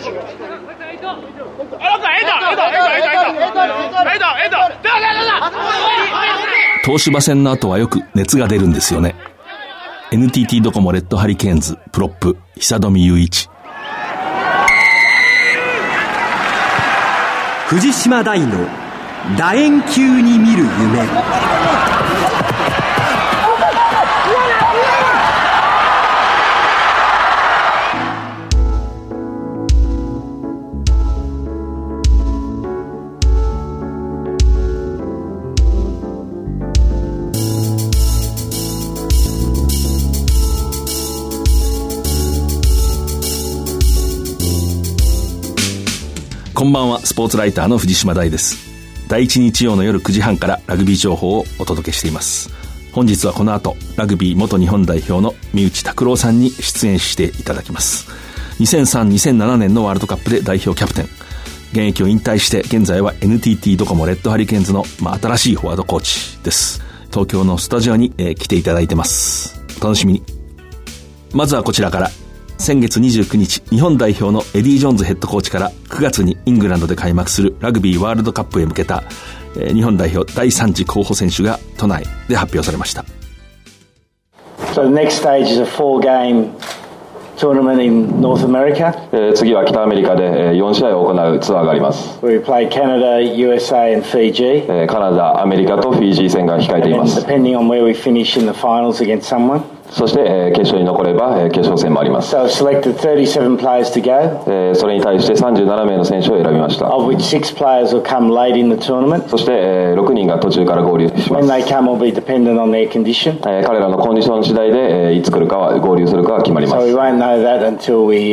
東芝戦の後はよく熱が出るんですよね。 NTT ドコモレッドハリケーンズプロップ久富雄一。 藤島大の楕円球に見る夢。 こんばんは、スポーツライターの藤島大です。第1日曜の夜9時半からラグビー情報をお届けしています。本日はこの後、ラグビー元日本代表の三内拓郎さんに出演していただきます。2003、2007年のワールドカップで代表キャプテン、現役を引退して現在は NTT ドコモレッドハリケーンズの、新しいフォワードコーチです。東京のスタジオに、来ていただいてます。お楽しみに。まずはこちらから。先月29日、日本代表のエディ・ジョーンズヘッドコーチから9月にイングランドで開幕するラグビーワールドカップへ向けた、日本代表第3次候補選手が都内で発表されました。 So the next stage is a 4-game tournament in North America. 次は北アメリカで4試合を行うツアーがあります。 We play Canada, USA and Fiji. カナダ、アメリカとフィジー戦が控えています。 Depending on where we finish in the finals against someone. そして、決勝に残れば、決勝戦もあります。 So I've selected 37 players to go. それに対して37名の選手を選びました。 Of which 6 players will come late in the tournament. そして、6人が途中から合流します。 When they come will be dependent on their condition. 彼らのコンディション次第で、いつ来るかは合流するかは決まります。 So we won't know that until we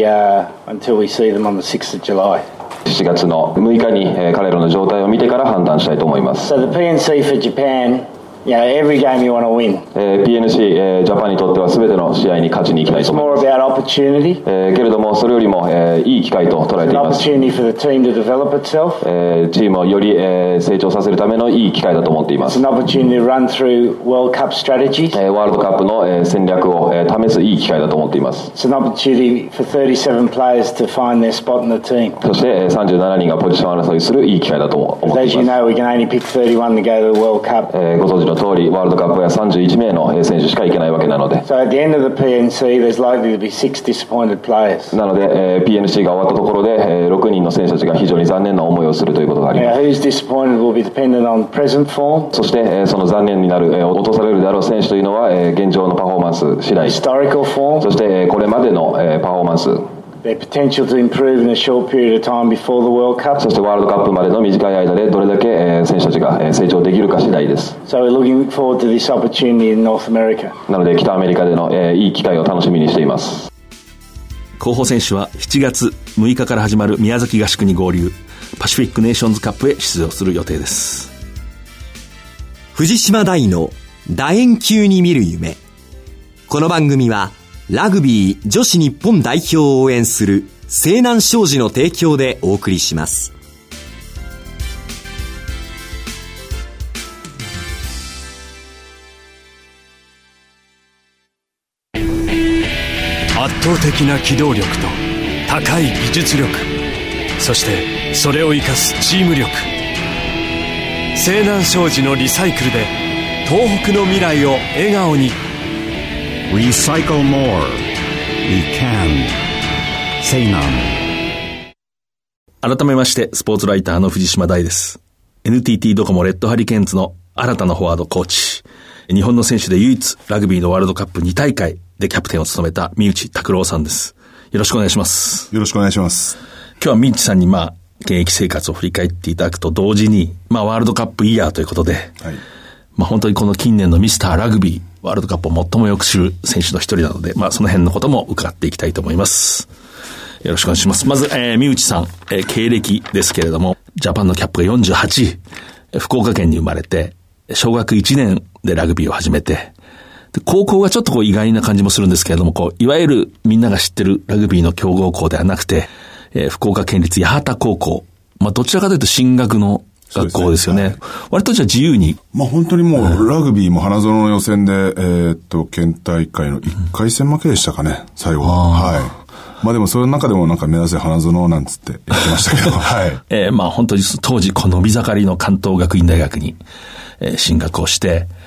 see them on the 6th of July. 7月の6日に、彼らの状態を見てから判断したいと思います。 So the PNC for Japan.Yeah, every game you want to win. PNC、ジャパンにとっては全ての試合に勝ちに行きたいと思います。 It's more about opportunity. けれどもそれよりも、いい機会と捉えています。 An opportunity for the team to develop itself. チームをより、成長させるためのいい機会だと思っています。 It's an opportunity to run through World Cup strategies. ワールドカップの、戦略を、試すいい機会だと思っています。 It's an opportunity for 37 players to find their spot in the team. そして、37人がポジション争いするいい機会だと思っています。 As you know, we can only pick 31 to go to the World Cup. ご存知の通りワールドカップは31名の選手しか行けないわけなので。 So at the end of the PNC, there's likely to be 6 disappointed players. なので、PNC が終わったところで、6人の選手たちが非常に残念な思いをするということがあります。 Who's disappointed will be dependent on present form. そして、その残念になる、落とされるであろう選手というのは、現状のパフォーマンス次第。 Historical form. そして、これまでの、パフォーマンス。 Their potential to improve in a short period of time before the World Cup. そしてワールドカップまでの短い間でどれだけ選手たちが成長できるか次第です。 So we're looking forward to this opportunity in North America. なので北アメリカでのいい機会を楽しみにしています。 候補選手は7月6日から始まる宮崎合宿に合流、パシフィックネーションズカップへ出場する予定です。 藤島大の楕円球に見る夢。この番組はラグビー女子日本代表を応援する西南商事の提供でお送りします。 圧倒的な機動力と高い技術力、そしてそれを生かすチーム力。西南商事のリサイクルで東北の未来を笑顔に。 Recycle more. We can. 西南。 改めましてスポーツライターの藤島大です。 NTT ドコモレッドハリケーンズの新たなフォワードコーチ、日本の選手で唯一ラグビーのワールドカップ2大会でキャプテンを務めた三内拓郎さんです。よろしくお願いします。 よろしくお願いします。 今日は三内さんに現役生活を振り返っていただくと同時に、ワールドカップイヤーということで、はい、本当にこの近年のミスターラグビーワールドカップを最もよく知る選手の一人なので、その辺のことも伺っていきたいと思います。よろしくお願いします。まず、三内さん、経歴ですけれども、ジャパンのキャップが48位、福岡県に生まれて、小学1年でラグビーを始めて、で高校がちょっと意外な感じもするんですけれども、いわゆるみんなが知ってるラグビーの強豪校ではなくて、福岡県立八幡高校、どちらかというと進学の学校ですよね。はい、割とじゃあ自由に。 本当にもう、ラグビーも花園の予選で、県大会の1回戦負けでしたかね、最後は。はい。 まあでもその中でもなんか目指せ花園なんつって言ってましたけど、はい。 まあ本当に当時この伸び盛りの関東学院大学に、進学をして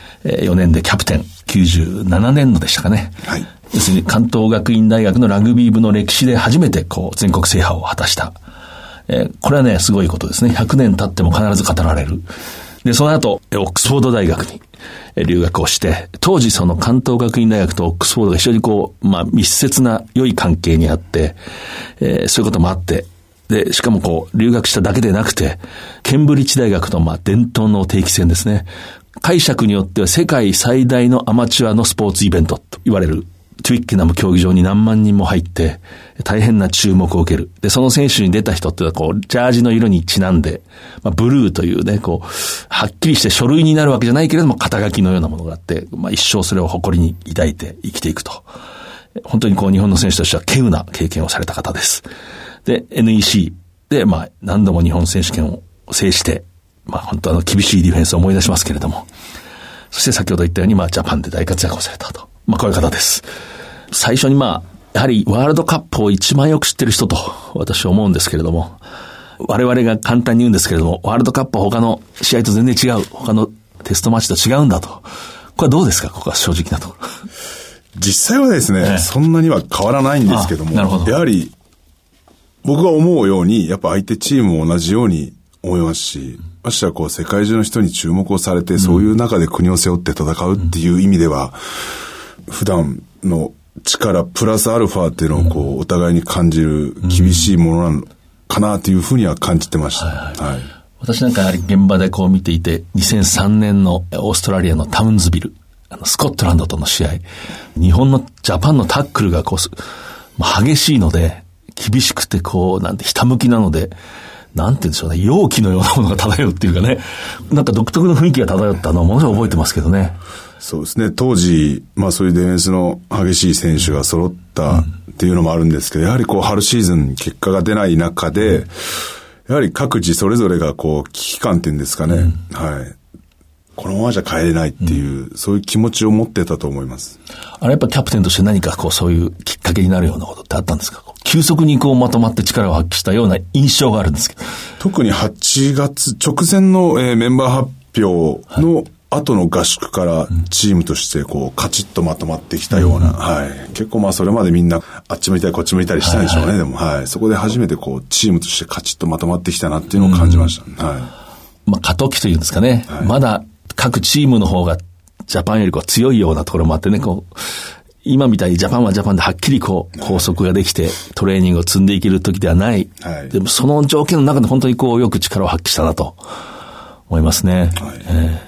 、4年でキャプテン、97年度でしたかね。 はい。 要するに関東学院大学のラグビー部の歴史で初めてこう全国制覇を果たした。これはね、すごいことですね。100年経っても必ず語られる。で、その後、オックスフォード大学に留学をして、当時その関東学院大学とオックスフォードが非常にこう、まあ密接な良い関係にあって、そういうこともあって、で、しかもこう、留学しただけでなくて、ケンブリッジ大学のまあ伝統の定期戦ですね。解釈によっては世界最大のアマチュアのスポーツイベントと言われるトゥイッケナム競技場に何万人も入って大変な注目を受ける。で、その選手に出た人ってのはこう、ジャージの色にちなんで、まあ、ブルーというね、こう、はっきりして書類になるわけじゃないけれども、肩書きのようなものがあって、まあ、一生それを誇りに抱いて生きていくと。本当にこう、日本の選手としては稀有な経験をされた方です。で、NEC で、まあ、何度も日本選手権を制して、まあ、本当厳しいディフェンスを思い出しますけれども、そして先ほど言ったように、まあ、ジャパンで大活躍をされたと。まあ、こういう方です。最初にまあ、やはりワールドカップを一番よく知ってる人と私は思うんですけれども、我々が簡単に言うんですけれども、ワールドカップは他の試合と全然違う、他のテストマッチと違うんだと。これはどうですか？ここは正直なところ。 実際はですね、そんなには変わらないんですけども、 なるほど。 やはり僕が思うように、やっぱ相手チームも同じように思いますし、ましてはこう世界中の人に注目をされて、そういう中で国を背負って戦うっていう意味では、普段の力プラスアルファっていうのをこうお互いに感じる厳しいものなのかなというふうには感じてました。はい。 私なんかやはり現場でこう見ていて、2003年のオーストラリアのタウンズビル、スコットランドとの試合、日本のジャパンのタックルがこう、激しいので、厳しくてこう、なんてひたむきなので、なんて言うんでしょうね、容器のようなものが漂うっていうかね、なんか独特の雰囲気が漂ったのをものすごい覚えてますけどね。 そうですね。当時、まあそういうディフェンスの激しい選手が揃ったっていうのもあるんですけど、やはりこう春シーズン結果が出ない中で、やはり各自それぞれがこう危機感っていうんですかね。はい。このままじゃ帰れないっていう、そういう気持ちを持ってたと思います。 あれやっぱキャプテンとして何かこうそういうきっかけになるようなことってあったんですか？急速にこうまとまって力を発揮したような印象があるんですけど。 特に8月直前の、メンバー発表の後の合宿からチームとしてこうカチッとまとまってきたような、はい。結構まあそれまでみんなあっち向いたりこっち向いたりしたんでしょうね。でもはい。そこで初めてこうチームとしてカチッとまとまってきたなっていうのを感じました。はい。 まあ過渡期というんですかね。はい、まだ各チームの方がジャパンよりこう強いようなところもあってね、こう、今みたいにジャパンはジャパンではっきりこう、拘束ができてトレーニングを積んでいける時ではない。はい、でもその条件の中で本当にこう、よく力を発揮したなと思いますね。はい、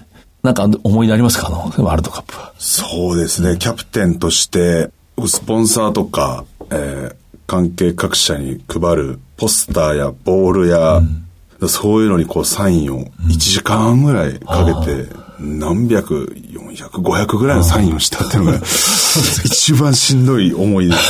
なんか思い出ありますか？ワールドカップは。 そうですね。キャプテンとして、スポンサーとか、関係各社に配るポスターやボールや、そういうのにこうサインを1時間ぐらいかけて、何百、400、500ぐらいのサインをしたっていうのが一番しんどい思いです。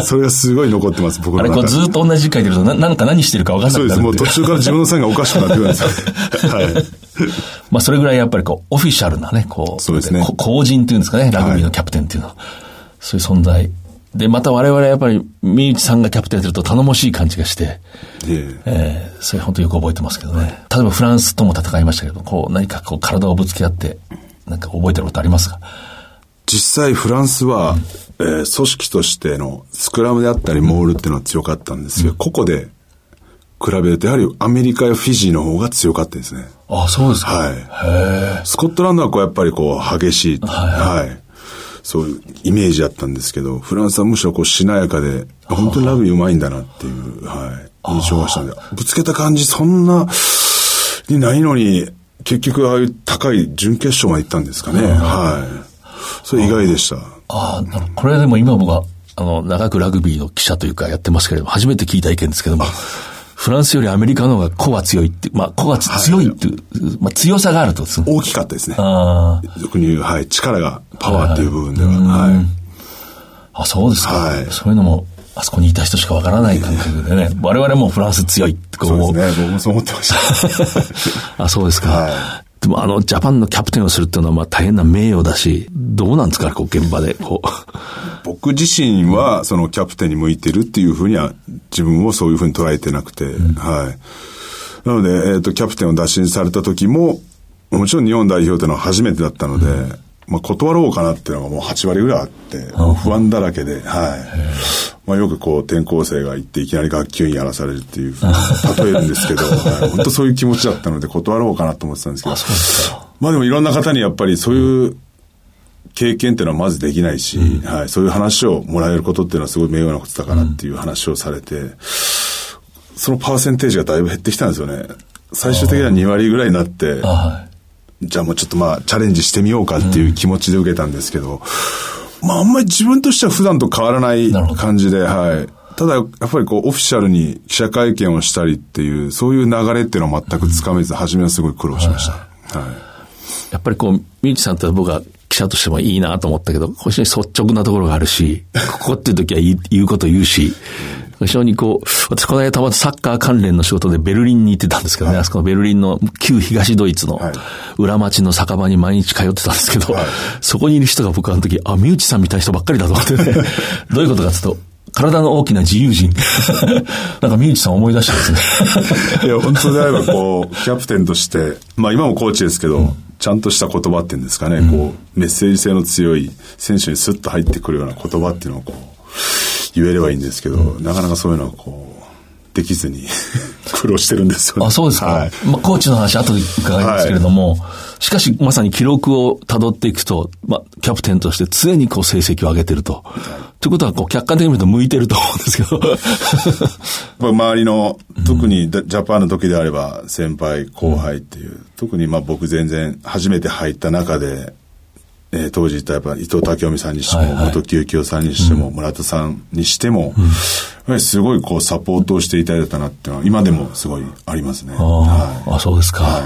それがすごい残ってます、僕の中で。 あれこうずっと同じ字書いてるとなんか何してるか分かんなくなる。 そうです。もう途中から自分のサインがおかしくなってくるんですよ。はい。 まあそれぐらいやっぱりこうオフィシャルなね、こう、 そうですね。 公人っていうんですかね、ラグビーのキャプテンっていうのは、そういう存在。で、また我々はやっぱり、三内さんがキャプテンやってると頼もしい感じがして、それ本当によく覚えてますけどね。例えばフランスとも戦いましたけど、こう何かこう体をぶつけ合って、なんか覚えてることありますか？ 実際フランスは、組織としてのスクラムであったりモールっていうのは強かったんですけど、個々で比べるとやはりアメリカやフィジーの方が強かったですね。 あ、そうですか。 はい。スコットランドはこうやっぱりこう激しい。はい。そういうイメージだったんですけど、フランスはむしろこうしなやかで、本当にラグビーうまいんだなっていう、はい、印象がしたので、ぶつけた感じそんなにないのに、結局ああいう高い準決勝まで行ったんですかね。はい。それ意外でした。 これでも今僕は、長くラグビーの記者というかやってますけれども、初めて聞いた意見ですけども、フランスよりアメリカの方が個が強いっていう、まあ個が強いっていう、まあ強さがあるとですね。 大きかったですね。俗に言う、はい、力が、パワーっていう部分では。はい。 あ、そうですか。 はい。 そういうのも、あそこにいた人しかわからない感覚でね、我々もフランス強いってそうですね、僕もそう思ってました。 あ、そうですか。はい。 でもジャパンのキャプテンをするっていうのはまあ大変な名誉だし、どうなんですかこう現場でこう。 僕自身はそのキャプテンに向いてるっていうふうには自分をそういうふうに捉えてなくて、はい。なので、キャプテンを打診された時も、もちろん日本代表というのは初めてだったので、まあ断ろうかなっていうのがもう8割ぐらいあって、不安だらけで、はい。まあよくこう転校生が行っていきなり学級委員やらされるっていうふうに例えるんですけど、はい、本当そういう気持ちだったので断ろうかなと思ってたんですけど、まあでもいろんな方にやっぱりそういう経験っていうのはまずできないし、はい、そういう話をもらえることっていうのはすごい名誉なことだからっていう話をされて、そのパーセンテージがだいぶ減ってきたんですよね。最終的には2割ぐらいになって、じゃあもうちょっとまあチャレンジしてみようかっていう気持ちで受けたんですけど、まああんまり自分としては普段と変わらない感じで、はい。ただやっぱりこうオフィシャルに記者会見をしたりっていうそういう流れっていうのは全くつかめず、初めはすごい苦労しました。はい。やっぱりこう三内さんと僕は記者としてもいいなと思ったけど、非常に率直なところがあるし、ここっていう時は言うこと言うし、非常にこう、私この間たまたまサッカー関連の仕事でベルリンに行ってたんですけどね、あそこのベルリンの旧東ドイツの裏町の酒場に毎日通ってたんですけど、そこにいる人が僕あの時、三内さんみたいな人ばっかりだと思ってね、どういうことかというと、体の大きな自由人。なんか三内さん思い出したんですね。 いや、本当であればこう、キャプテンとして、まあ今もコーチですけど、ちゃんとした言葉っていうんですかね、こう、メッセージ性の強い選手にスッと入ってくるような言葉っていうのをこう、言えればいいんですけど、なかなかそういうのはこう、できずに苦労してるんですよね。 あ、そうですか。はい、まあ、コーチの話後で伺いますけれども、しかしまさに記録を辿っていくと、まあ、キャプテンとして常にこう成績を上げてると。ということは、こう、客観的に見ると向いてると思うんですけど。 周りの、特にジャパンの時であれば、先輩、後輩っていう、特にまあ僕全然初めて入った中で、当時いたやっぱ伊藤武臣さんにしても、元木幸雄さんにしても、村田さんにしても、やっぱりすごいこうサポートをしていただいたなっていうのは、今でもすごいありますね。 あ、そうですか。はい、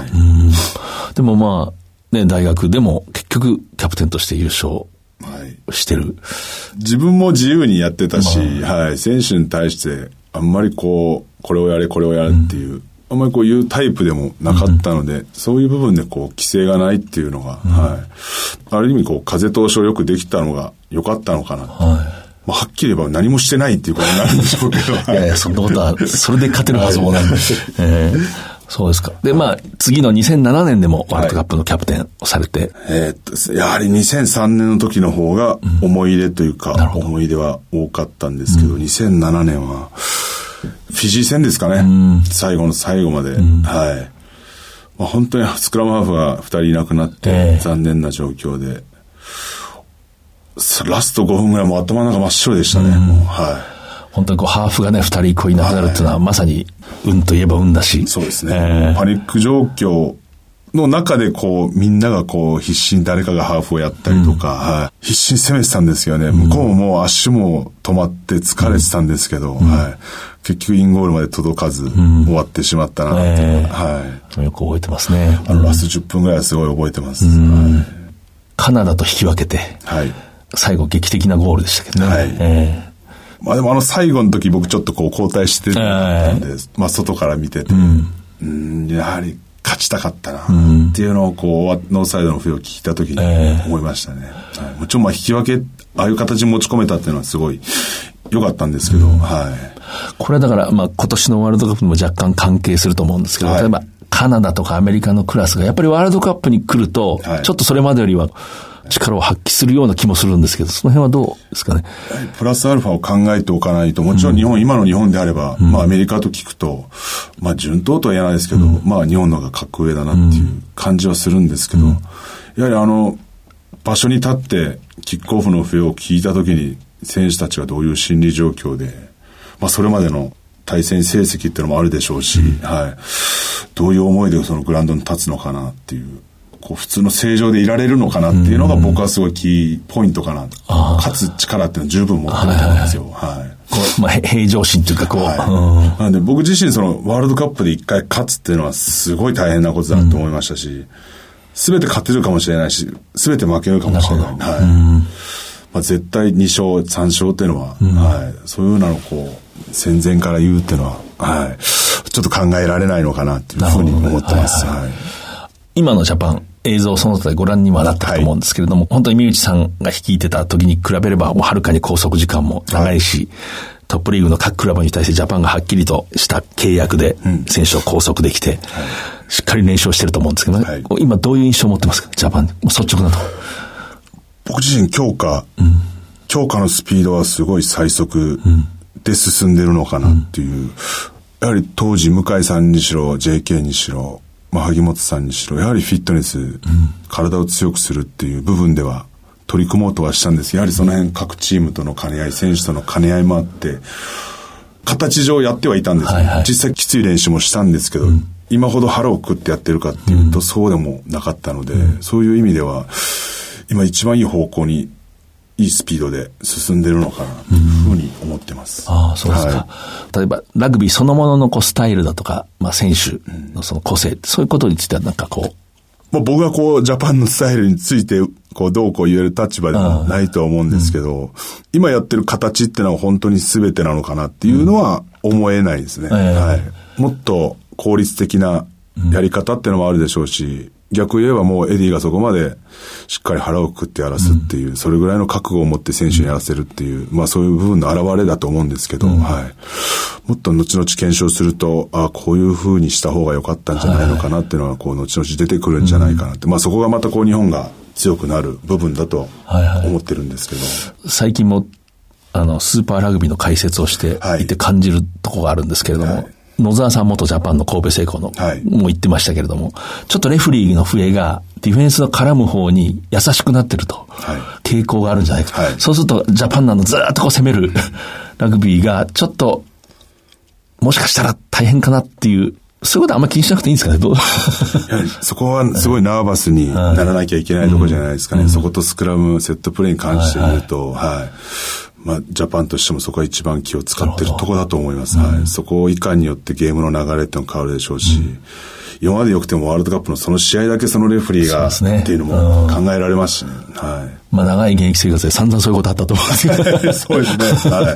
でもまあ、ね、大学でも結局キャプテンとして優勝してる。 自分も自由にやってたし、はい、選手に対してあんまりこう、これをやれ、これをやれっていう、あんまりこういうタイプでもなかったので、そういう部分でこう規制がないっていうのが、はい。ある意味こう風通しをよくできたのが良かったのかな。まあ、はっきり言えば何もしてないっていうことになるんでしょうけど。 いやいや、そんなことは、それで勝てるはずもないんです。そうですか。で、まあ、次の2007年でもワールドカップのキャプテンをされて。 やはり2003年の時の方が思い入れというか、思い出は多かったんですけど、2007年は、フィジー戦ですかね。最後の最後まで。はい。まあ、本当にスクラムハーフが2人いなくなって、残念な状況で。ラスト5分ぐらいもう頭の中真っ白でしたね。もう、はい。 本当にこうハーフがね、2人こういなくなるっていうのは、まさに運といえば運だし。 そうですね。パニック状況の中でこうみんながこう必死に誰かがハーフをやったりとか、はい、必死に攻めてたんですよね。向こうももう足も止まって疲れてたんですけど、はい、結局インゴールまで届かず終わってしまったなっていうのが、はい、 よく覚えてますね。 ラスト10分ぐらいはすごい覚えてます。 カナダと引き分けて、はい、最後劇的なゴールでしたけどね。はい、 まあでも最後の時僕ちょっとこう交代してたんで、まあ外から見てて、やはり勝ちたかったなっていうのをこうノーサイドの笛を聞いた時に思いましたね。はい、もちろんまあ引き分けああいう形に持ち込めたっていうのはすごい良かったんですけど、はい。 これはだからまあ今年のワールドカップにも若干関係すると思うんですけど、例えばカナダとかアメリカのクラスがやっぱりワールドカップに来ると、ちょっとそれまでよりは力を発揮するような気もするんですけど、その辺はどうですかね。 プラスアルファを考えておかないと、もちろん今の日本であれば、まあアメリカと聞くと、まあ順当とは言えないですけど、まあ日本の方が格上だなっていう感じはするんですけど、やはり場所に立ってキックオフの笛を聞いた時に選手たちがどういう心理状況で、まあそれまでの対戦成績っていうのもあるでしょうし、はい。どういう思いでそのグラウンドに立つのかなっていう。こう普通の正常でいられるのかなっていうのが僕はすごいキーポイントかな。勝つ力っていうのは十分持ってると思うんですよ。はい。 こうまあ平常心というかこう。 はい、なんで僕自身そのワールドカップで一回勝つっていうのはすごい大変なことだと思いましたし、すべて勝てるかもしれないし、すべて負けるかもしれない。はい。まあ絶対2勝3勝っていうのは、はい。そういうのをこう戦前から言うっていうのは、はい。ちょっと考えられないのかなっていうふうに思ってます。はい。 今のジャパン、映像その他でご覧にはなったと思うんですけれども、本当に三内さんが率いてた時に比べれば、もうはるかに拘束時間も長いし、トップリーグの各クラブに対してジャパンがはっきりとした契約で選手を拘束できて、しっかり連勝してると思うんですけどね。今どういう印象を持ってますか、ジャパンに。率直なと。 僕自身強化のスピードはすごい最速で進んでるのかなっていう。やはり当時向井さんにしろ JK にしろ、萩本さんにしろ、やはりフィットネス、体を強くするっていう部分では取り組もうとはしたんです。やはりその辺各チームとの兼ね合い、選手との兼ね合いもあって形上やってはいたんですね、実際きつい練習もしたんですけど、今ほど腹をくってやってるかっていうと、そうでもなかったので、そういう意味では今一番いい方向にいいスピードで進んでるのかなというふうに思ってます。 ああ、そうですか。例えばラグビーそのもののスタイルだとか、選手のその個性、そういうことについてはなんか僕がジャパンのスタイルについてどう言える立場でもないとは思うんですけど、今やってる形ってのは本当に全てなのかなっていうのは思えないですね。もっと効率的なやり方っていうのもあるでしょうし、逆言えばもうエディがそこまでしっかり腹をくってやらすっていう、それぐらいの覚悟を持って選手にやらせるっていう、そういう部分の表れだと思うんですけど、もっと後々検証すると、こういう風にした方が良かったんじゃないのかなっていうのは、後々出てくるんじゃないかなって、そこがまた日本が強くなる部分だと思ってるんですけど。 最近も、スーパーラグビーの解説をしていて感じるところがあるんですけれども、野沢さん元ジャパンの神戸製鋼の、も言ってましたけれども、ちょっとレフリーの笛がディフェンスの絡む方に優しくなってると、傾向があるんじゃないか。そうするとジャパンなのずーっと攻めるラグビーがちょっともしかしたら大変かなっていう、そういうことはあんまり気にしなくていいんですかね。 そこはすごいナーバスにならなきゃいけないところじゃないですかね。そことスクラム、セットプレーに関して言うと、ジャパンとしてもそこは一番気を使ってるところだと思います。そこをいかんによってゲームの流れってのも変わるでしょうし、今までよくてもワールドカップのその試合だけそのレフリーがっていうのも考えられますしね。 長い現役生活で散々そういうことあったと思うんですけど。 そうですね。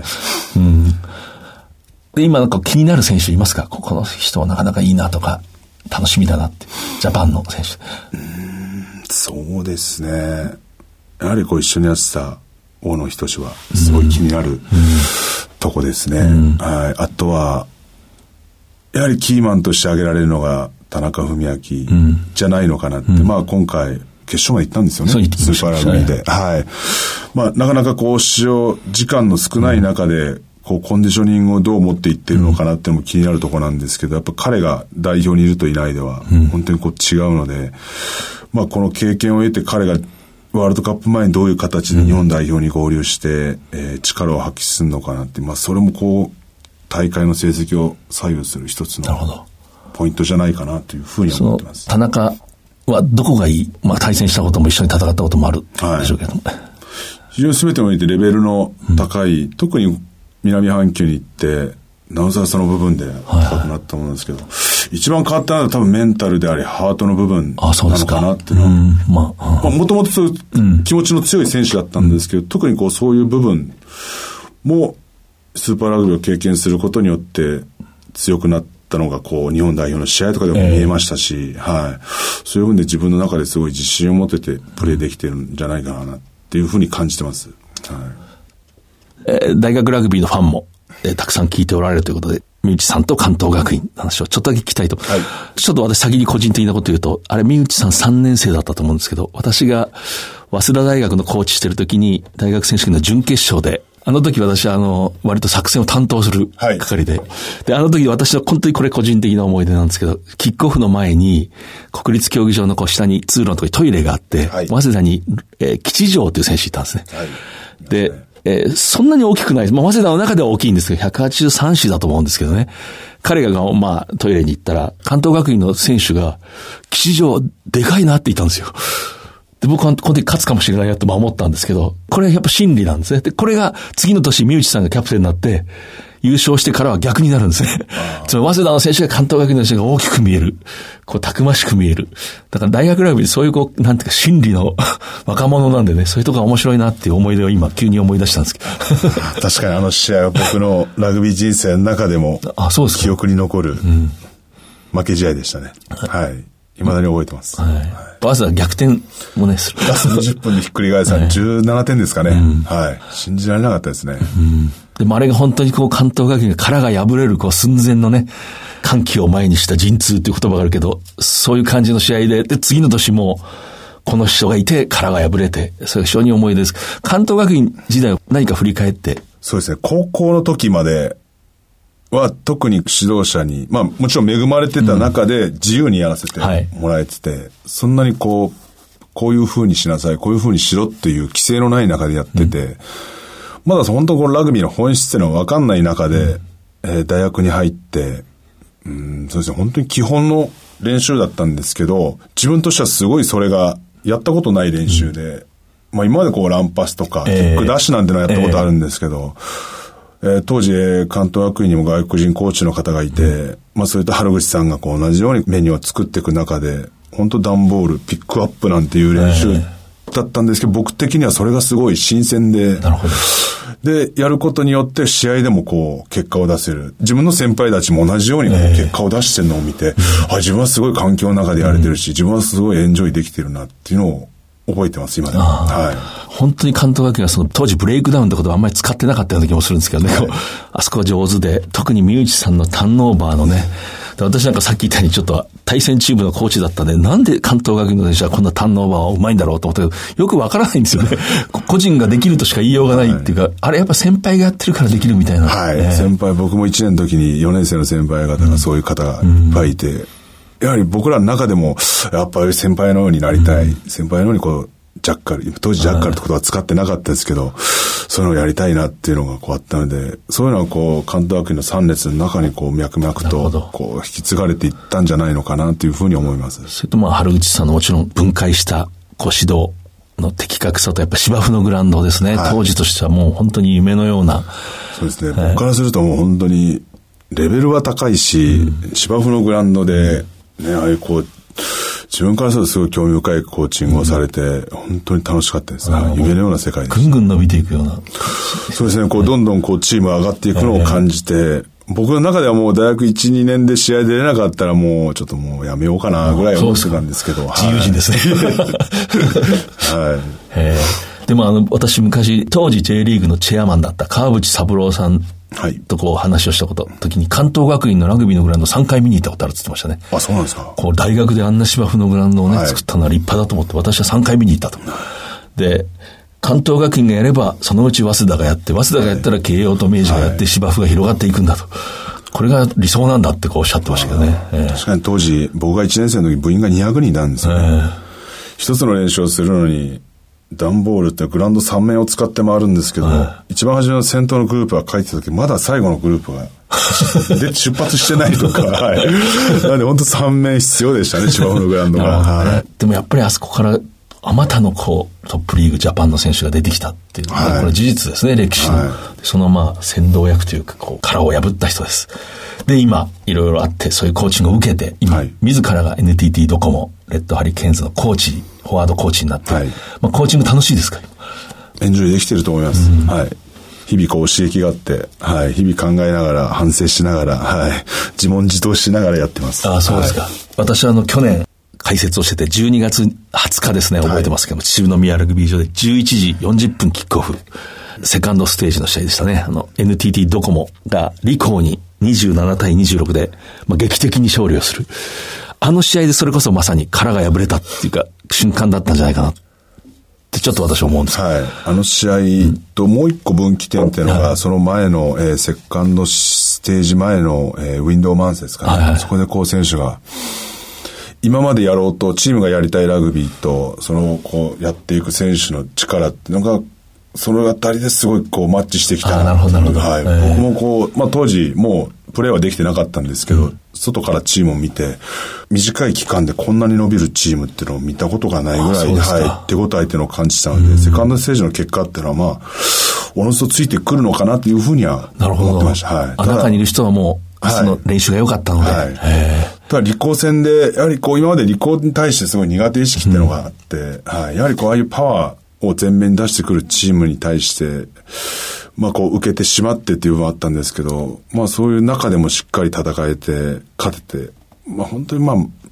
で、今なんか気になる選手いますか？この人はなかなかいいなとか、楽しみだなって。ジャパンの選手。 そうですね。やはり一緒にやってた大野仁はすごい気になるとこですね。あとは、やはりキーマンとして挙げられるのが田中文明じゃないのかなって。今回、決勝まで行ったんですよね。スーパーラグビーで。なかなか使用時間の少ない中で、コンディショニングをどう持っていってるのかなってのも気になるところなんですけど、やっぱ彼が代表にいるといないでは、本当に違うので、この経験を得て彼がワールドカップ前にどういう形で日本代表に合流して、力を発揮するのかなって、それも大会の成績を左右する一つのポイントじゃないかなというふうに思ってます。 田中はどこがいい？対戦したことも一緒に戦ったこともあるでしょうけども。 非常に全てにおいてレベルの高い、特に南半球に行ってなおさらその部分で高くなったものですけど、一番変わったのは多分メンタルでありハートの部分なのかなっていうのは、もともとそういう気持ちの強い選手だったんですけど、特にそういう部分もスーパーラグビーを経験することによって強くなったのが日本代表の試合とかでも見えましたし、そういう部分で自分の中ですごい自信を持ててプレーできてるんじゃないかなっていうふうに感じてます。 大学ラグビーのファンも、たくさん聞いておられるということで、三内さんと関東学院の話をちょっとだけ聞きたいと。ちょっと私先に個人的なこと言うと、あれ三内さん3年生だったと思うんですけど、私が早稲田大学のコーチしてる時に大学選手権の準決勝で、あの時私は割と作戦を担当する係で、で、あの時私は本当にこれ個人的な思い出なんですけど、キックオフの前に国立競技場の下に通路のところにトイレがあって、早稲田に、吉祥という選手いたんですね。で、そんなに大きくないです。早稲田の中では大きいんですけど、183子だと思うんですけどね。彼がトイレに行ったら、関東学院の選手が、吉祥でかいなって言ったんですよ。で、僕はこの時勝つかもしれないなと思ったんですけど、これはやっぱ真理なんですね。で、これが次の年、三内さんがキャプテンになって、優勝してからは逆になるんですね。つまり、早稲田の選手が関東学院の選手が大きく見える。たくましく見える。だから大学ラグビーでそういうなんていうか真理の若者なんでね、そういうとこが面白いなっていう思い出を今急に思い出したんですけど。 確かにあの試合は僕のラグビー人生の中でも記憶に残る負け試合でしたね。 未だに覚えてます。 はい。わざわざ逆転もね、する。 ラスト20分でひっくり返され、17点ですかね。はい。信じられなかったですね。 でもあれが本当にこう関東学院が殻が破れるこう寸前のね、歓喜を前にした陣痛っていう言葉があるけど、そういう感じの試合で、で、次の年も、この人がいて殻が破れて、それが非常に思い出です。関東学院時代を何か振り返って。 そうですね。高校の時までは特に指導者に、まあもちろん恵まれてた中で自由にやらせてもらえてて、そんなにこういう風にしなさい、こういう風にしろっていう規制のない中でやってて、まだ本当このラグビーの本質っていうのは分かんない中で、大学に入って、そうですね、本当に基本の練習だったんですけど、自分としてはすごいそれがやったことない練習で、まあ今までこうランパスとか、キックダッシュなんてのはやったことあるんですけど、当時、関東学院にも外国人コーチの方がいて、まあそういった原口さんがこう同じようにメニューを作っていく中で、本当段ボール、ピックアップなんていう練習だったんですけど、僕的にはそれがすごい新鮮で、 なるほど。 で、やることによって試合でもこう、結果を出せる。自分の先輩たちも同じようにこう結果を出してるのを見て、自分はすごい環境の中でやれてるし、自分はすごいエンジョイできてるなっていうのを覚えてます、今でも。はい。 本当に関東学院はその当時ブレイクダウンってことはあんまり使ってなかったような気もするんですけどね。はい、あそこは上手で、特に三内さんのターンオーバーのね、私なんかさっき言ったようにちょっと対戦チームのコーチだったんで、なんで関東学院の選手はこんなターンオーバーはうまいんだろうと思ったけど、よくわからないんですよね。個人ができるとしか言いようがないっていうか、はい、あれやっぱ先輩がやってるからできるみたいな。 はい。先輩、僕も1年の時に4年生の先輩方がそういう方がいっぱいいて、やはり僕らの中でも、やっぱり先輩のようになりたい。先輩のようにこう、ジャッカル、当時ジャッカルってことは使ってなかったですけど、そういうのをやりたいなっていうのがこうあったので、そういうのはこう、関東学院の3列の中にこう、脈々とこう、引き継がれていったんじゃないのかなというふうに思います。 それとまあ、原口さんのもちろん分解したこう指導の的確さと、やっぱ芝生のグラウンドですね、はい。当時としてはもう本当に夢のような。 そうですね。僕からするともう本当に、レベルは高いし、芝生のグラウンドで、ね、ああいうこう、自分からするとすごい興味深いコーチングをされて、本当に楽しかったですね。夢のような世界です。 ぐんぐん伸びていくような。 そうですね。こう、どんどんこう、チームが上がっていくのを感じて、僕の中ではもう大学1、2年で試合出れなかったらもう、ちょっともうやめようかな、ぐらい思ってたんですけど。 自由人ですね。 はい。 でも私昔、当時 J リーグのチェアマンだった川淵三郎さんとこう話をした時に、関東学院のラグビーのグラウンド3回見に行ったことあるって言ってましたね。 あ、そうなんですか。 こう大学であんな芝生のグラウンドをね、作ったのは立派だと思って、私は3回見に行ったと。で、関東学院がやれば、そのうち早稲田がやって、早稲田がやったら慶応と明治がやって芝生が広がっていくんだと。これが理想なんだってこうおっしゃってましたけどね。 確かに当時、僕が1年生の時部員が200人いたんですよね。一つの練習をするのに、段ボールってグラウンド3面を使って回るんですけど、一番初めの先頭のグループが書いてた時、まだ最後のグループがで出発してないとか、はい。なんで本当3面必要でしたね、芝生のグラウンドが。はい、 でもやっぱりあそこからあまたのこうトップリーグジャパンの選手が出てきたっていう、はい、これ事実ですね、歴史の。はい、そのまあ先導役というか、こう殻を破った人です。で、今いろいろあってそういうコーチングを受けて、今、はい、自らが NTT ドコモレッドハリケーンズのコーチ、フォワードコーチになって、はい、まあ、コーチング楽しいですか？ エンジョイできてると思います。はい。日々こう刺激があって、はい。日々考えながら、反省しながら、はい。自問自答しながらやってます。 ああ、そうですか。はい、私は去年、解説をしてて、12月20日ですね、覚えてますけども、秩父宮ラグビー場で11時40分キックオフ。セカンドステージの試合でしたね。NTT ドコモがリコーに27対26で、まあ、劇的に勝利をする。あの試合でそれこそまさに殻が破れたっていうか、瞬間だったんじゃないかなってちょっと私は思うんです。 はい。あの試合ともう一個分岐点っていうのが、その前の、セカンドステージ前の、ウィンドウマンスですかね。はいはい、そこでこう選手が、今までやろうとチームがやりたいラグビーとそのこうやっていく選手の力っていうのがそのあたりですごいこうマッチしてきた。 なるほどなるほど。 はい。僕もこう当時もうプレーはできてなかったんですけど、外からチームを見て短い期間でこんなに伸びるチームっていうのを見たことがないぐらい、はい、手応えっていうのを感じたので、セカンドステージの結果っていうのはまあおのずとついてくるのかなというふうには思ってました。はい。 中にいる人はもうその練習が良かったので。はい。 ただ理工戦で、やはりこう今まで理工に対してすごい苦手意識っていうのがあって、はい。やはりこうああいうパワーを前面に出してくるチームに対して、まあこう受けてしまってっていう部分はあったんですけど、まあそういう中でもしっかり戦えて、勝てて、まあ本当にまあ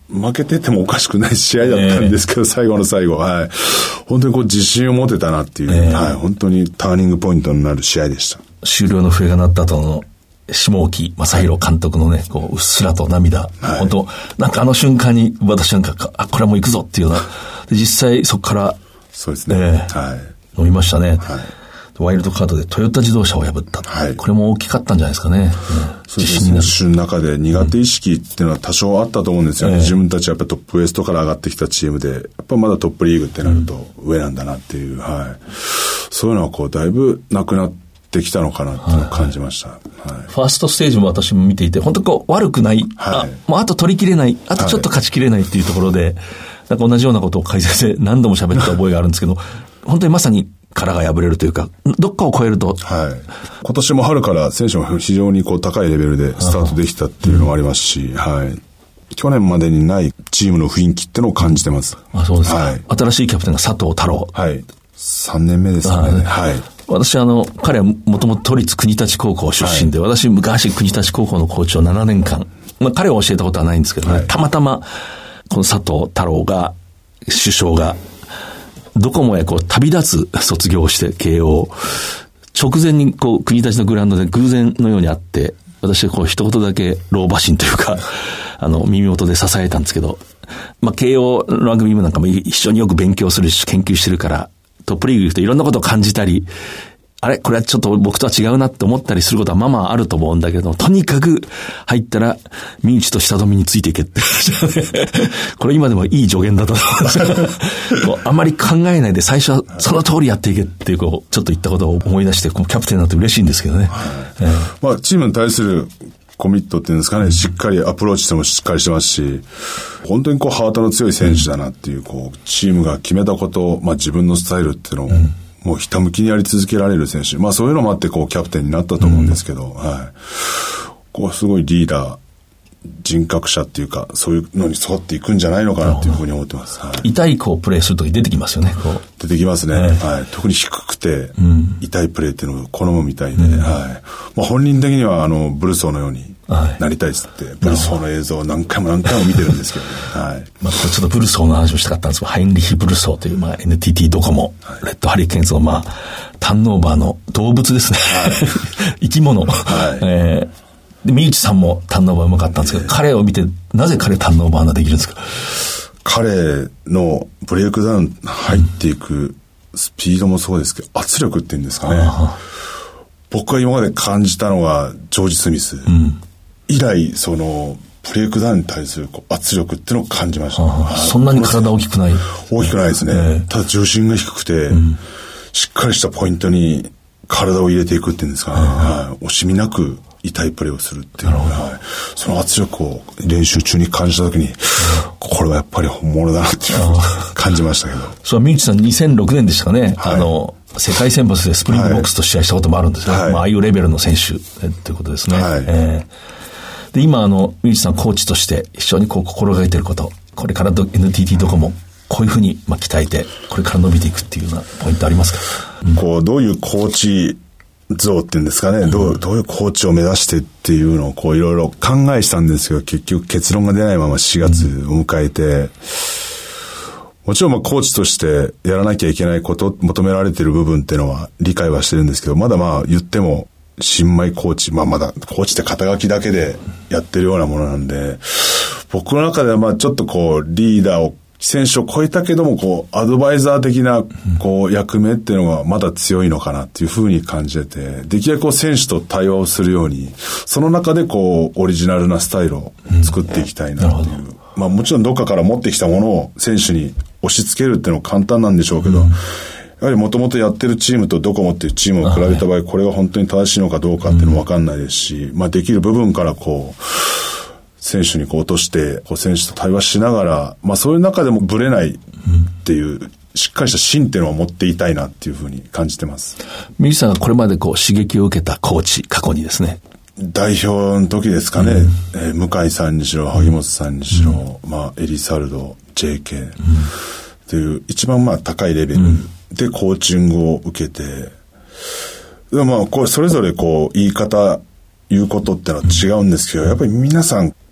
負けててもおかしくない試合だったんですけど、最後の最後、はい。本当にこう自信を持てたなっていう、はい。本当にターニングポイントになる試合でした。 終了の笛が鳴った後の下沖正弘監督のね、こう、うっすらと涙。はい、本当なんかあの瞬間に、私なんか、これはもう行くぞっていうような。で実際そこから、 そうですね。 はい。飲みましたね。はい。ワイルドカードでトヨタ自動車を破った。はい。これも大きかったんじゃないですかね。 そうですね。選手の中で苦手意識っていうのは多少あったと思うんですよね。自分たちはやっぱトップウエストから上がってきたチームで、やっぱまだトップリーグってなると上なんだなっていう、はい。そういうのはこう、だいぶなくなってきたのかなっていうのを感じました。はい。 ファーストステージも私も見ていて、本当こう、悪くない。はい。もうあと取りきれない。あとちょっと勝ちきれないっていうところで、なんか同じようなことを解説で何度も喋った覚えがあるんですけど、本当にまさに殻が破れるというか、どっかを超えると。 はい。今年も春から選手も非常にこう高いレベルでスタートできたっていうのもありますし、はい。去年までにないチームの雰囲気ってのを感じてます。 あ、そうですか。はい。新しいキャプテンが佐藤太郎。 はい。3年目ですね。はい。 私彼はもともと都立国立高校出身で、はい、私昔国立高校のコーチを7年間、彼を教えたことはないんですけどね、はい、たまたまこの佐藤太郎が、首相が、ドコモへこう旅立つ卒業して慶応直前にこう国立のグラウンドで偶然のように会って、私はこう一言だけ老婆心というか耳元で支えたんですけど、慶応のラグビー部なんかも一緒によく勉強するし研究してるからトップリーグ行くといろんなことを感じたり、あれこれはちょっと僕とは違うなって思ったりすることはまあまああると思うんだけど、とにかく入ったら身内と下止めについていけってこれ今でもいい助言だと思うんですよあまり考えないで最初はその通りやっていけっていうちょっと言ったことを思い出して、このキャプテンになって嬉しいんですけどね、 チームに対するコミットっていうんですかね、しっかりアプローチしてもしっかりしてますし、本当にこうハートの強い選手だなっていう、こうチームが決めたことを、自分のスタイルっていうのを、もうひたむきにやり続けられる選手。そういうのもあって、こう、キャプテンになったと思うんですけど、はい。こう、すごいリーダー、人格者っていうか、そういうのに沿っていくんじゃないのかなっていうふうに思ってます。はい、 痛いプレーするとき出てきますよね、こう。 出てきますね。はい。特に低くて、痛いプレーっていうのを好むみたいで、はい。本人的には、ブルソーのようになりたいっつって、ブルソーの映像を何回も見てるんですけどね。はい。 ちょっとブルソーの話をしたかったんですけど、ハインリヒ・ブルソーという、NTT ドコモ、レッドハリケーンズの、ターンオーバーの動物ですね。はい、生き物。はい。で、三内さんもターンオーバーうまかったんですけど、彼を見て、なぜ彼ターンオーバーができるんですか？ 彼のブレイクダウン入っていくスピードもそうですけど、圧力っていうんですかね。僕が今まで感じたのが、ジョージ・スミス。以来、ブレイクダウンに対する圧力っていうのを感じました。 そんなに体大きくない？ 大きくないですね。ただ重心が低くて、しっかりしたポイントに体を入れていくっていうんですかね。惜しみなく痛いプレーをするっていうのが、その圧力を練習中に感じたときに、これはやっぱり本物だなっていう感じましたけど。 そう、三内さん2006年でしたかね。世界選抜でスプリングボックスと試合したこともあるんですよ。ああいうレベルの選手ということですね。で、今三内さんコーチとして非常に心がけていること、これからNTT ドコモ、こういうふうに鍛えて、これから伸びていくっていうようなポイントありますか？ どういうコーチ像っていうんですかね、どういうコーチを目指してっていうのをいろいろ考えしたんですけど、結局結論が出ないまま4月を迎えて、もちろんコーチとしてやらなきゃいけないこと、求められている部分っていうのは理解はしてるんですけど、まだ言っても新米コーチ、まだコーチって肩書きだけでやってるようなものなんで、僕の中ではちょっとリーダーを選手を超えたけどもアドバイザー的な役目っていうのがまだ強いのかなっていうふうに感じてて、できるだけ選手と対話をするように、その中でオリジナルなスタイルを作っていきたいなっていう、もちろんどっかから持ってきたものを選手に押し付けるっていうのは簡単なんでしょうけど、やはりもともとやってるチームとドコモっていうチームを比べた場合、これが本当に正しいのかどうかっていうのも分かんないですし、できる部分から選手に落として選手と対話しながら、そういう中でもブレないっていう、しっかりした芯っていうのを持っていたいなっていうふうに感じてます。 三内さんがこれまで刺激を受けたコーチ、過去にですね、 代表の時ですかね、向井さんにしろ萩本さんにしろ、エリサルド JK っていう一番高いレベルでコーチングを受けて、これそれぞれ言い方言うことってのは違うんですけど、やっぱり皆さん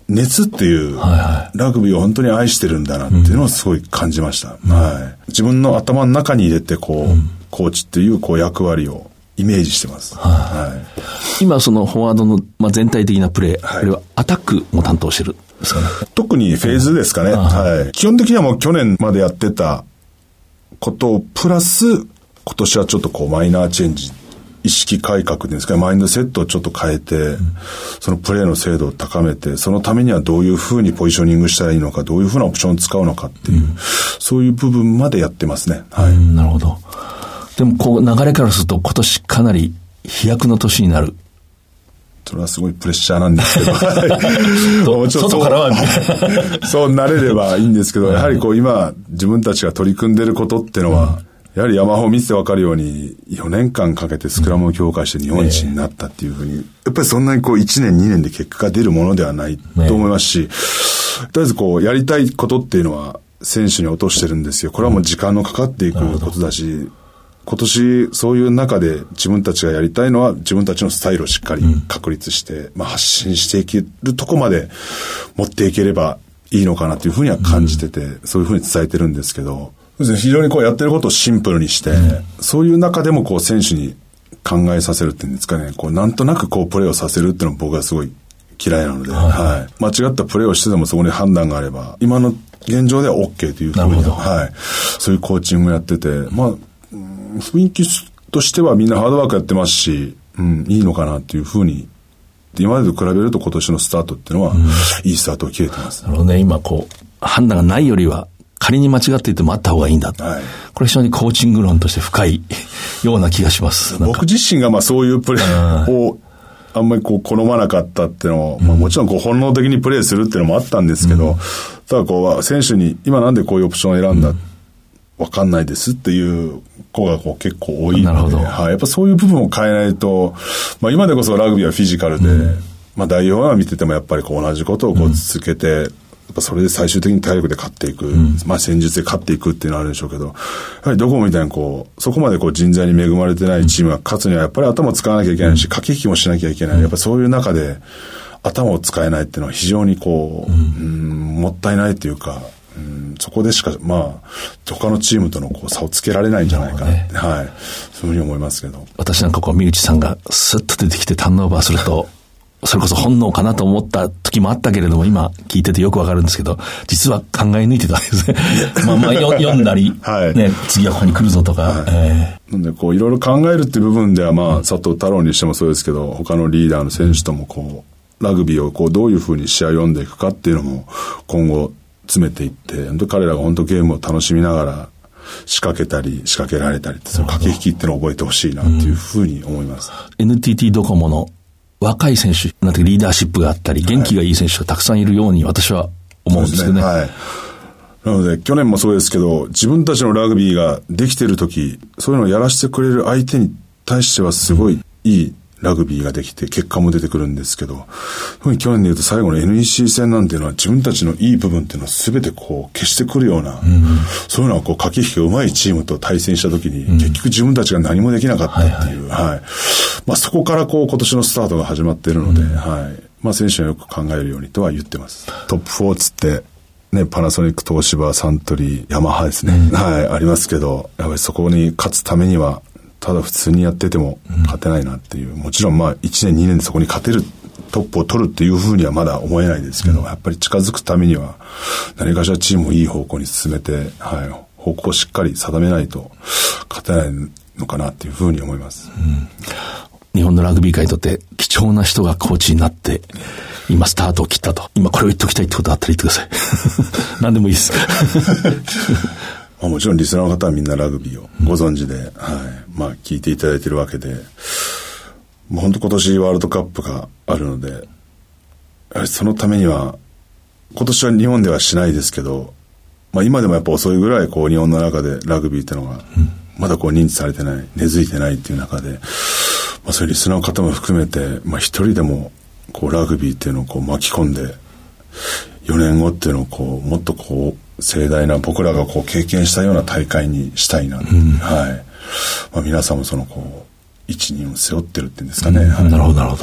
熱っていう、ラグビーを本当に愛してるんだなっていうのをすごい感じました。自分の頭の中に入れてコーチっていう役割をイメージしてます。 今そのフォワードの、全体的なプレー、あれはアタックも担当してるんですかね。 特にフェーズですかね。基本的にはもう去年までやってたことをプラス、今年はちょっとマイナーチェンジ、意識改革ですか、マインドセットをちょっと変えて、そのプレーの精度を高めて、そのためにはどういうふうにポジショニングしたらいいのか、どういうふうなオプションを使うのかっていう、そういう部分までやってますね。 なるほど。でも流れからすると今年かなり飛躍の年になる。 それはすごいプレッシャーなんですけど外からはそうなれればいいんですけど、やはり今自分たちが取り組んでることっていうのは、やはりヤマハを見てて分かるように4年間かけてスクラムを強化して日本一になったっていうふうに、やっぱりそんなに1年2年で結果が出るものではないと思いますし、とりあえずやりたいことっていうのは選手に落としてるんですよ。これはもう時間のかかっていくことだし、今年そういう中で自分たちがやりたいのは自分たちのスタイルをしっかり確立して、発信していけるとこまで持っていければいいのかなというふうには感じてて、そういうふうに伝えてるんですけど、非常にやってることをシンプルにして、そういう中でも選手に考えさせるっていうんですかね、なんとなくプレーをさせるっていうのは僕はすごい嫌いなので、間違ったプレーをしてでもそこに判断があれば、今の現状では OK というふうに、そういうコーチングをやってて、雰囲気としてはみんなハードワークやってますし、いいのかなっていうふうに、今までと比べると今年のスタートっていうのは、いいスタートを切れてます。 なるほどね、今判断がないよりは、仮に間違っていてもあった方がいいんだ。これ非常にコーチング論として深いような気がします。 僕自身がそういうプレーをあんまり好まなかったっていうのを、もちろん本能的にプレーするっていうのもあったんですけど、ただ選手に今なんでこういうオプションを選んだ、わかんないですっていう子が結構多いので、やっぱそういう部分を変えないと、今でこそラグビーはフィジカルで、代表は見ててもやっぱり同じことを続けて、やっぱそれで最終的に体力で勝っていく、戦術で勝っていくっていうのはあるでしょうけど、やはりどこもみたいにそこまで人材に恵まれてないチームが勝つにはやっぱり頭を使わなきゃいけないし、駆け引きもしなきゃいけない。やっぱそういう中で頭を使えないっていうのは非常にもったいないというか、そこでしか他のチームとの差をつけられないんじゃないかなって、そういうふうに思いますけど。 私なんか身内さんがスッと出てきてターンオーバーするとそれこそ本能かなと思った時もあったけれども、今聞いててよくわかるんですけど、実は考え抜いてたんですね。読んだり、次はここに来るぞとか。 なんでいろいろ考えるっていう部分では佐藤太郎にしてもそうですけど、他のリーダーの選手ともラグビーをどういうふうに試合を読んでいくかっていうのも今後詰めていって、彼らが本当ゲームを楽しみながら仕掛けたり仕掛けられたり、その駆け引きっていうのを覚えてほしいなっていうふうに思います。 NTT ドコモの若い選手、リーダーシップがあったり、元気がいい選手がたくさんいるように私は思うんですけどね。なので、去年もそうですけど、自分たちのラグビーができてるとき、そういうのをやらせてくれる相手に対してはすごいいいラグビーができて、結果も出てくるんですけど、去年で言うと最後の NEC 戦なんていうのは自分たちのいい部分っていうのを全て消してくるような、そういうのは駆け引きが上手いチームと対戦したときに、結局自分たちが何もできなかったっていう、そこから今年のスタートが始まっているので、選手はよく考えるようにとは言ってます。トップ4つってね、パナソニック、東芝、サントリー、ヤマハですね、ありますけど、やっぱりそこに勝つためにはただ普通にやってても勝てないなっていう、もちろん1年2年でそこに勝てる、トップを取るっていうふうにはまだ思えないですけど、やっぱり近づくためには何かしらチームをいい方向に進めて、方向をしっかり定めないと勝てないのかなっていうふうに思います。 日本のラグビー界にとって貴重な人がコーチになって今スタートを切ったと。今これを言っておきたいってことあったら言ってください。何でもいいですもちろんリスナーの方はみんなラグビーをご存知で、聞いていただいているわけで、本当今年ワールドカップがあるので、やはりそのためには今年は日本ではしないですけど、今でもやっぱ遅いぐらい日本の中でラグビーっていうのがまだ認知されてない、根付いてないっていう中で、そういうリスナーの方も含めて、一人でもラグビーっていうのを巻き込んで、4年後っていうのをもっと盛大な僕らが経験したような大会にしたいな、皆さんもその一人を背負ってるっていうんですかね、 なるほどなるほど。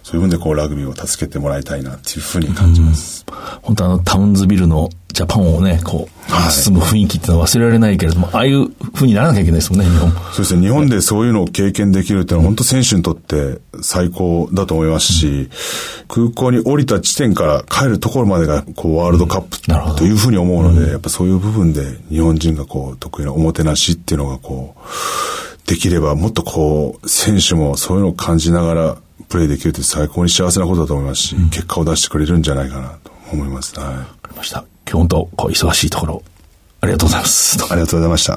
そういう分でラグビーを助けてもらいたいなっていうふうに感じます。 本当タウンズビルのジャパンをね、包む雰囲気っていうのは忘れられないけれども、ああいう風にならなきゃいけないですもんね、日本。 そうですね、日本でそういうのを経験できるっていうのは本当選手にとって最高だと思いますし、空港に降りた地点から帰るところまでがワールドカップというふうに思うので、やっぱそういう部分で日本人が得意なおもてなしっていうのができれば、もっと選手もそういうのを感じながらプレーできるって最高に幸せなことだと思いますし、結果を出してくれるんじゃないかなと思います。はい。わかりました。今日本当忙しいところありがとうございます。 ありがとうございました。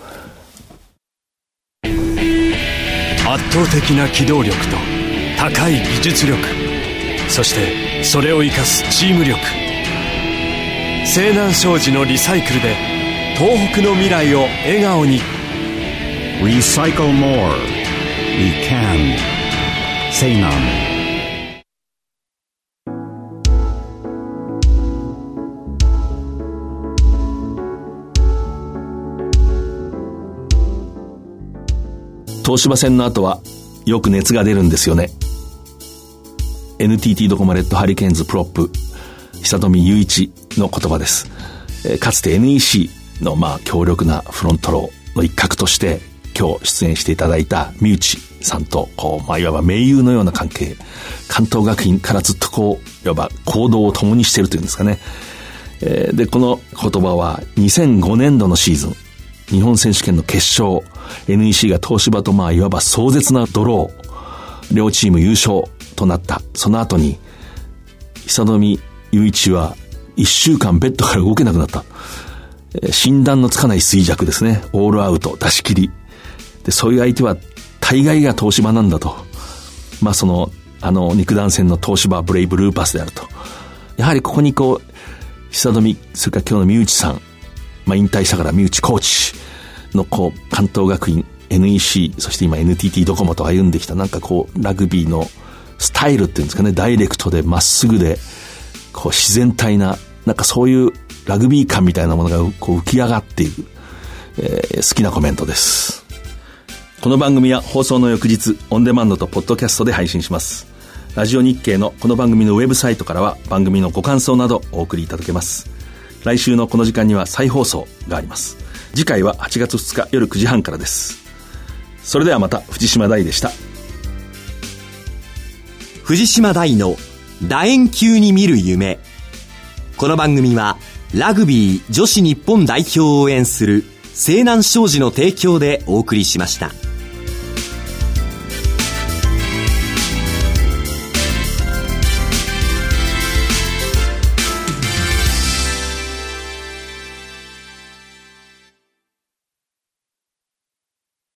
圧倒的な機動力と高い技術力、そしてそれを生かすチーム力。西南商事のリサイクルで東北の未来を笑顔に。 Recycle more. We can. Seinan. 東芝戦の後はよく熱が出るんですよね。 NTT ドコモレッドハリケーンズプロップ久富雄一の言葉です。かつて NEC の強力なフロントローの一角として今日出演していただいた三内さんといわば盟友のような関係、関東学院からずっといわば行動を共にしているというんですかね。でこの言葉は2005年度のシーズン日本選手権の決勝、 NEC が東芝といわば壮絶なドロー、両チーム優勝となったその後に久富雄一は1週間ベッドから動けなくなった。診断のつかない衰弱ですね。オールアウト出し切りで、そういう相手は大概が東芝なんだと。その肉弾戦の東芝ブレイブルーパスであると。やはりここに久富、それから今日の三内さん、引退したから三内コーチの関東学院 NEC そして今 NTT ドコモと歩んできたラグビーのスタイルっていうんですかね、ダイレクトでまっすぐで自然体なそういうラグビー感みたいなものが浮き上がっている、好きなコメントです。この番組は放送の翌日オンデマンドとポッドキャストで配信します。ラジオ日経のこの番組のウェブサイトからは番組のご感想などお送りいただけます。来週のこの時間には再放送があります。次回は8月2日夜9時半からです。それではまた。藤島大でした。 藤島大の楕円球に見る夢。この番組はラグビー女子日本代表を応援する西南商事の提供でお送りしました。